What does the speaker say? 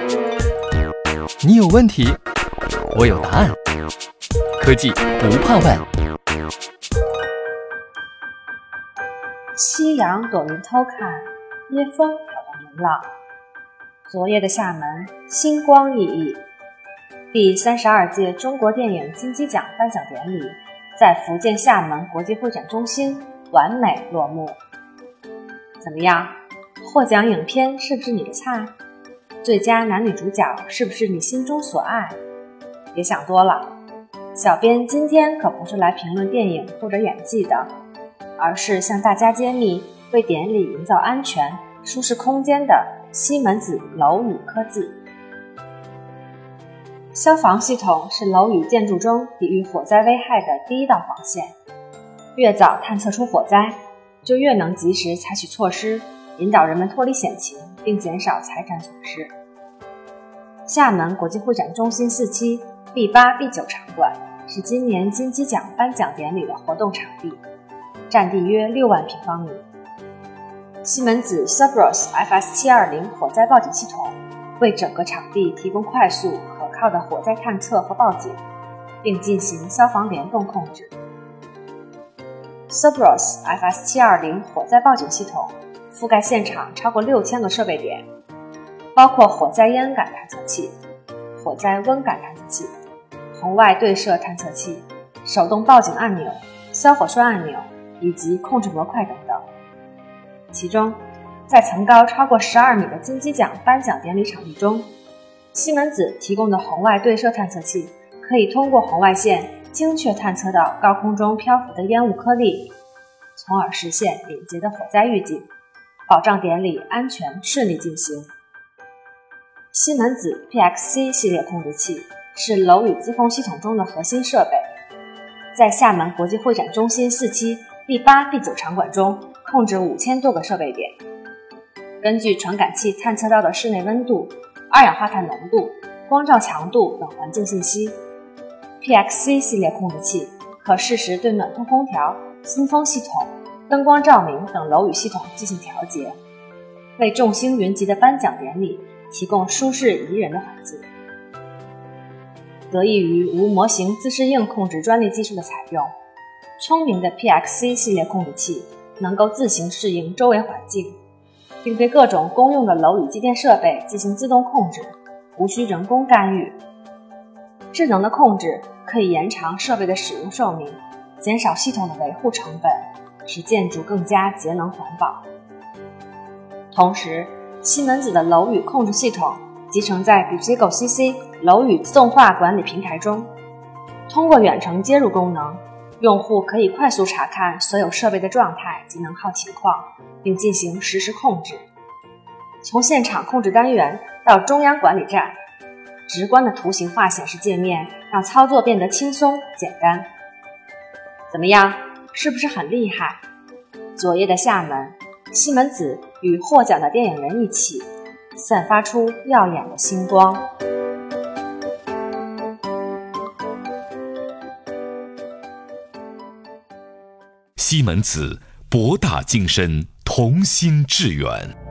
你有问题，我有答案。科技不怕问。 夕阳躲云偷看，夜风挑动流浪。昨夜的厦门，星光熠熠。第32届中国电影金鸡奖颁奖典礼在福建厦门国际会展中心完美落幕。怎么样，获奖影片是不是你的菜？最佳男女主角是不是你心中所爱？别想多了，小编今天可不是来评论电影或者演技的，而是向大家揭秘为典礼营造安全、舒适空间的西门子楼宇科技。消防系统是楼宇建筑中抵御火灾危害的第一道防线，越早探测出火灾，就越能及时采取措施，引导人们脱离险情，并减少财产损失。厦门国际会展中心4期 B8、B9 场馆是今年金鸡奖颁奖典礼的活动场地，占地约6万平方米。西门子 Cerberus FS720 火灾报警系统为整个场地提供快速可靠的火灾探测和报警，并进行消防联动控制。Cerberus FS720 火灾报警系统覆盖现场超过6000个设备点，包括火灾烟感探测器、火灾温感探测器、红外对射探测器、手动报警按钮、消火栓按钮以及控制模块等等。其中，在层高超过12米的金鸡奖颁奖典礼场地中，西门子提供的红外对射探测器可以通过红外线精确探测到高空中漂浮的烟雾颗粒，从而实现敏捷的火灾预警，保障典礼安全顺利进行。西门子 PXC 系列控制器是楼宇自控系统中的核心设备，在厦门国际会展中心4期 B8、B9 场馆中控制5000多个设备点，根据传感器探测到的室内温度、二氧化碳浓度、光照强度等环境信息， PXC 系列控制器可适时对暖通空调、新风系统、灯光照明等楼宇系统进行调节，为众星云集的颁奖典礼提供舒适宜人的环境。得益于无模型自适应控制专利技术的采用，聪明的 PXC 系列控制器能够自行适应周围环境，并对各种公用的楼宇机电设备进行自动控制，无需人工干预。智能的控制可以延长设备的使用寿命，减少系统的维护成本，使建筑更加节能环保。同时，西门子的楼宇控制系统集成在 BusyGo-CC 楼宇自动化管理平台中，通过远程接入功能，用户可以快速查看所有设备的状态及能耗情况，并进行实时控制。从现场控制单元到中央管理站，直观的图形化显示界面让操作变得轻松简单。怎么样，是不是很厉害？昨夜的厦门，西门子与获奖的电影人一起，散发出耀眼的星光。 西门子博大精深，同心致远。